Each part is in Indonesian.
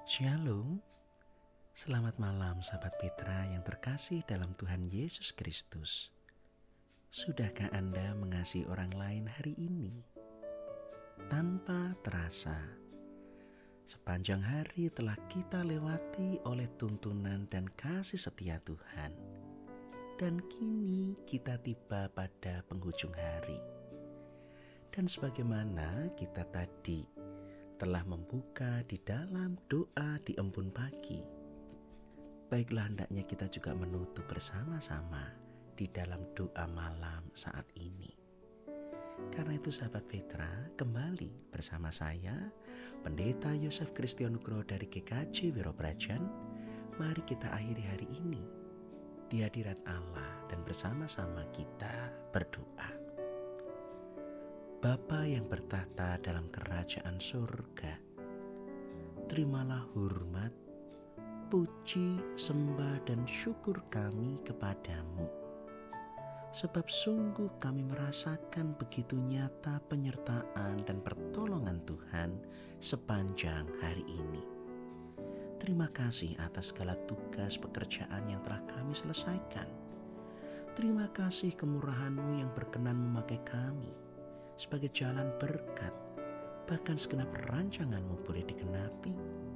Shalom, selamat malam sahabat Petra yang terkasih dalam Tuhan Yesus Kristus. Sudahkah Anda mengasihi orang lain hari ini? Tanpa terasa, sepanjang hari telah kita lewati oleh tuntunan dan kasih setia Tuhan. Dan kini kita tiba pada penghujung hari. Dan sebagaimana kita tadi telah membuka di dalam doa di embun pagi, baiklah hendaknya kita juga menutup bersama-sama di dalam doa malam saat ini. Karena itu sahabat Petra, kembali bersama saya, Pendeta Yosef Kristianugroho dari GKJ Wirobrajan. Mari kita akhiri hari ini di hadirat Allah dan bersama-sama kita berdoa. Bapa yang bertahta dalam kerajaan surga, terimalah hormat, puji, sembah dan syukur kami kepadamu. Sebab sungguh kami merasakan begitu nyata penyertaan dan pertolongan Tuhan sepanjang hari ini. Terima kasih atas segala tugas pekerjaan yang telah kami selesaikan. Terima kasih kemurahan-Mu yang berkenan memakai kami sebagai jalan berkat, bahkan segenap rancangan-Mu boleh digenapi.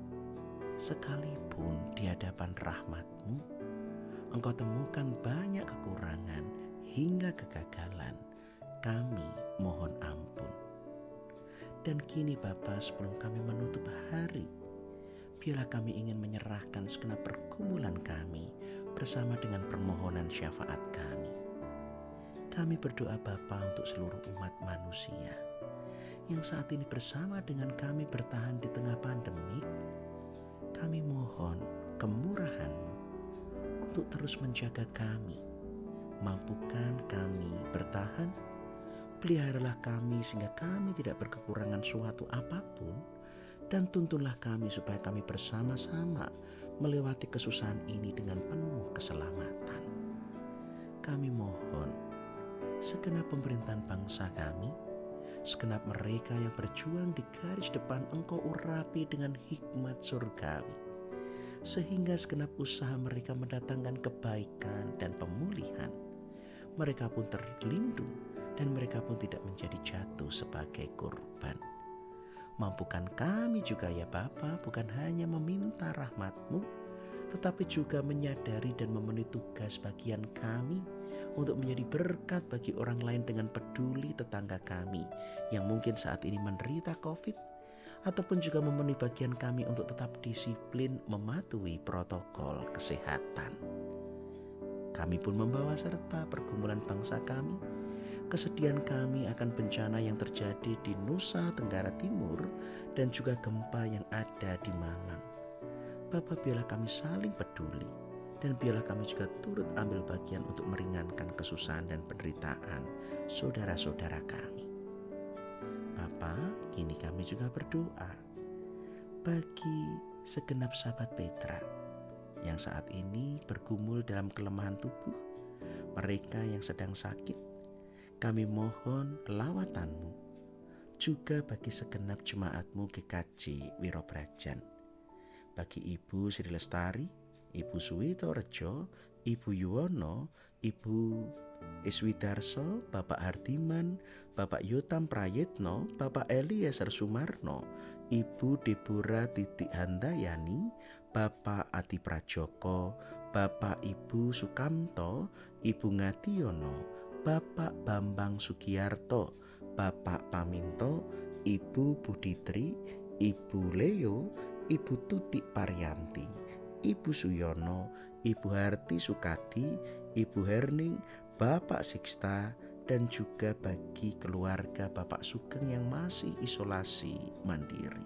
Sekalipun di hadapan rahmat-Mu, Engkau temukan banyak kekurangan hingga kegagalan, kami mohon ampun. Dan kini Bapa, sebelum kami menutup hari, biarlah kami ingin menyerahkan segenap pergumulan kami bersama dengan permohonan syafaat kami. Kami berdoa Bapa untuk seluruh umat manusia yang saat ini bersama dengan kami bertahan di tengah pandemi. Kami mohon kemurahan-Mu untuk terus menjaga kami. Mampukan kami bertahan, peliharalah kami sehingga kami tidak berkekurangan suatu apapun, dan tuntunlah kami supaya kami bersama-sama melewati kesusahan ini dengan penuh keselamatan. Kami mohon segenap pemerintahan bangsa kami, segenap mereka yang berjuang di garis depan Engkau urapi dengan hikmat surgawi, sehingga segenap usaha mereka mendatangkan kebaikan dan pemulihan, mereka pun terlindung dan mereka pun tidak menjadi jatuh sebagai korban. Mampukan kami juga ya Bapa, bukan hanya meminta rahmat-Mu, tetapi juga menyadari dan memenuhi tugas bagian kami untuk menjadi berkat bagi orang lain dengan peduli tetangga kami yang mungkin saat ini menderita COVID, ataupun juga memenuhi bagian kami untuk tetap disiplin mematuhi protokol kesehatan. Kami pun membawa serta pergumulan bangsa kami, kesedihan kami akan bencana yang terjadi di Nusa Tenggara Timur dan juga gempa yang ada di Malang. Bapa, biarlah kami saling peduli dan biarlah kami juga turut ambil bagian untuk meringankan kesusahan dan penderitaan saudara-saudara kami. Bapa, kini kami juga berdoa bagi segenap sahabat Petra yang saat ini bergumul dalam kelemahan tubuh, mereka yang sedang sakit. Kami mohon lawatan-Mu juga bagi segenap jemaat-Mu GKJ Wirobrajan, bagi Ibu Sri Lestari, Ibu Suwito Rejo, Ibu Yuwono, Ibu Iswidarso, Bapak Hardiman, Bapak Yotam Prayitno, Bapak Eliezer Sumarno, Ibu Deborah Titik Handayani, Bapak Adi Prajoko, Bapak Ibu Sukamto, Ibu Ngadiono, Bapak Bambang Sugiyarto, Bapak Paminto, Ibu Buditri, Ibu Leo, Ibu Tutik Paryanti, Ibu Suyono, Ibu Harti Sukadi, Ibu Herning, Bapak Sixta, dan juga bagi keluarga Bapak Sugeng yang masih isolasi mandiri.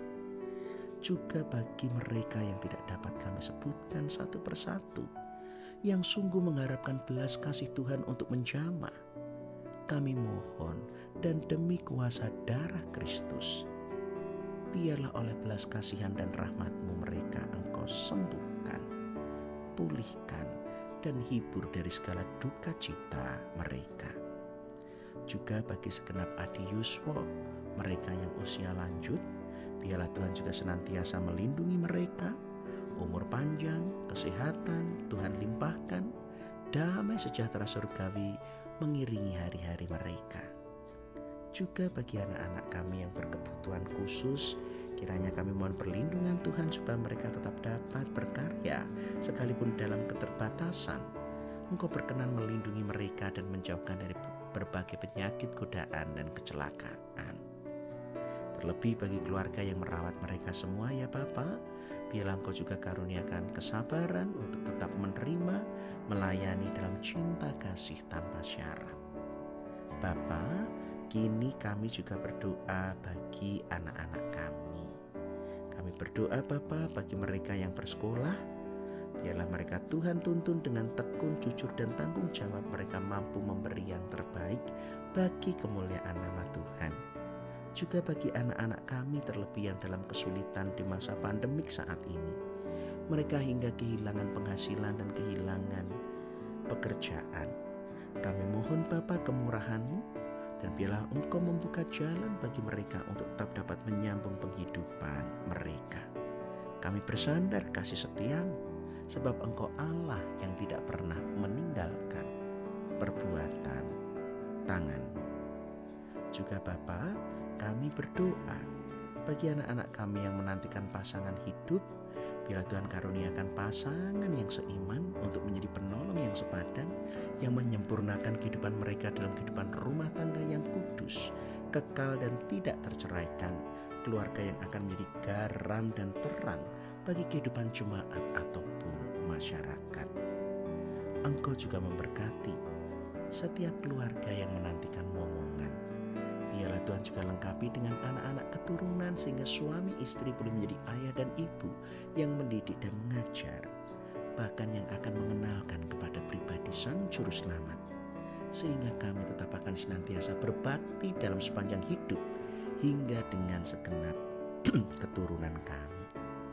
Juga bagi mereka yang tidak dapat kami sebutkan satu persatu, yang sungguh mengharapkan belas kasih Tuhan untuk menjamah. Kami mohon dan demi kuasa darah Kristus, biarlah oleh belas kasihan dan rahmat-Mu mereka Engkau sembuhkan, pulihkan, dan hibur dari segala duka cita mereka. Juga bagi segenap Adi Yuswo, mereka yang usia lanjut, Biarlah Tuhan juga senantiasa melindungi mereka, umur panjang, kesehatan Tuhan limpahkan, damai sejahtera surgawi mengiringi hari-hari mereka. Juga bagi anak-anak kami yang berkebutuhan khusus, kiranya kami mohon perlindungan Tuhan supaya mereka tetap dapat berkarya sekalipun dalam keterbatasan. Engkau berkenan melindungi mereka dan menjauhkan dari berbagai penyakit, godaan, dan kecelakaan. Terlebih bagi keluarga yang merawat mereka semua ya Bapa, biarlah Engkau juga karuniakan kesabaran untuk tetap menerima, melayani dalam cinta kasih tanpa syarat. Bapa, kini kami juga berdoa bagi anak-anak kami. Kami berdoa Bapa bagi mereka yang bersekolah. Biarlah mereka Tuhan tuntun dengan tekun, jujur, dan tanggung jawab. Mereka mampu memberi yang terbaik bagi kemuliaan nama Tuhan. Juga bagi anak-anak kami terlebih yang dalam kesulitan di masa pandemik saat ini. Mereka hingga kehilangan penghasilan dan kehilangan pekerjaan. Kami mohon Bapa kemurahan-Mu, dan biarlah Engkau membuka jalan bagi mereka untuk tetap dapat menyambung penghidupan mereka. Kami bersandar kasih setia-Mu, sebab Engkau Allah yang tidak pernah meninggalkan perbuatan tangan-Mu. Juga Bapa, kami berdoa bagi anak-anak kami yang menantikan pasangan hidup. Biarlah Tuhan karuniakan pasangan yang seiman untuk menjadi penolong yang sepadan, yang menyempurnakan kehidupan mereka dalam kehidupan rumah tangga yang kudus, kekal dan tidak terceraikan. Keluarga yang akan menjadi garam dan terang bagi kehidupan jemaat ataupun masyarakat. Engkau juga memberkati setiap keluarga yang menantikan momongan. Biarlah Tuhan juga lengkapi dengan anak-anak keturunan, sehingga suami istri boleh menjadi ayah dan ibu yang mendidik dan mengajar, bahkan yang akan mengenalkan kepada pribadi Sang Juru Selamat, sehingga kami tetap akan senantiasa berbakti dalam sepanjang hidup hingga dengan segenap keturunan kami.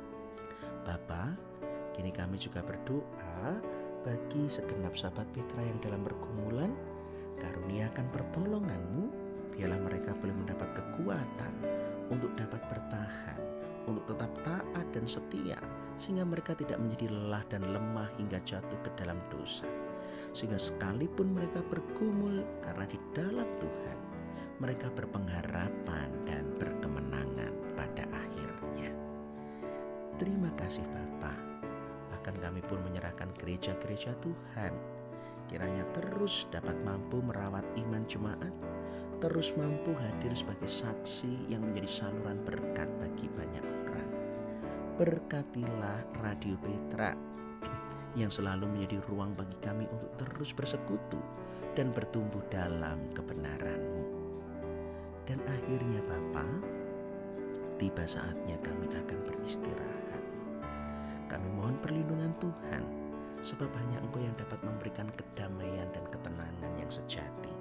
Bapa, kini kami juga berdoa bagi segenap sahabat Petra yang dalam pergumulan. Karuniakan pertolongan-Mu. Biarlah mereka boleh mendapat kekuatan untuk dapat bertahan, untuk tetap taat dan setia, sehingga mereka tidak menjadi lelah dan lemah hingga jatuh ke dalam dosa. Sehingga sekalipun mereka bergumul, karena di dalam Tuhan mereka berpengharapan dan berkemenangan pada akhirnya. Terima kasih Bapa. Bahkan kami pun menyerahkan gereja-gereja Tuhan, kiranya terus dapat mampu merawat iman jemaat, terus mampu hadir sebagai saksi yang menjadi saluran berkat bagi banyak orang. Berkatilah Radio Petra yang selalu menjadi ruang bagi kami untuk terus bersekutu dan bertumbuh dalam kebenaran-Mu. Dan akhirnya Bapa, tiba saatnya kami akan beristirahat. Kami mohon perlindungan Tuhan, sebab hanya Engkau yang dapat memberikan kedamaian dan ketenangan yang sejati.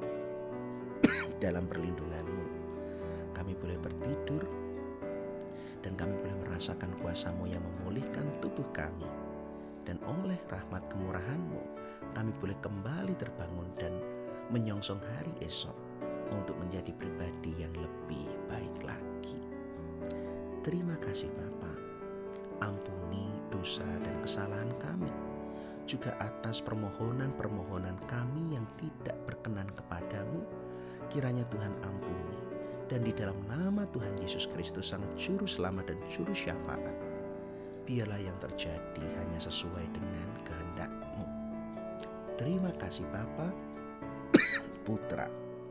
Dalam perlindungan-Mu kami boleh bertidur, dan kami boleh merasakan kuasa-Mu yang memulihkan tubuh kami. Dan oleh rahmat kemurahan-Mu kami boleh kembali terbangun dan menyongsong hari esok untuk menjadi pribadi yang lebih baik lagi. Terima kasih Bapa. Ampuni dosa dan kesalahan kami, juga atas permohonan-permohonan kami yang tidak berkenan kepadamu. Kiranya Tuhan ampuni, dan di dalam nama Tuhan Yesus Kristus Sang Juru Selamat dan Juru Syafaat, biarlah yang terjadi hanya sesuai dengan kehendak-Mu. Terima kasih Bapa, Putra,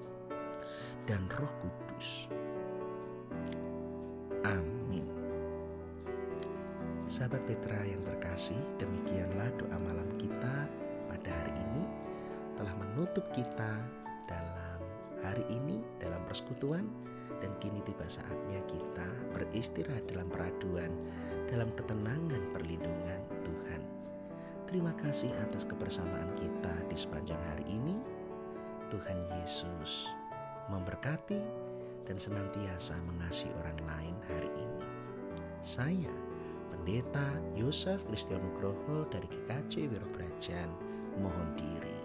dan Roh Kudus. Amin. Sahabat Petra yang terkasih, demikianlah doa malam kita pada hari ini telah menutup kita dalam hari ini dalam persekutuan, dan kini tiba saatnya kita beristirahat dalam peraduan, dalam ketenangan perlindungan Tuhan. Terima kasih atas kebersamaan kita di sepanjang hari ini. Tuhan Yesus memberkati dan senantiasa mengasihi orang lain hari ini. Saya, Pendeta Yosef Kristianugroho dari GKJ Wirobrajan, mohon diri.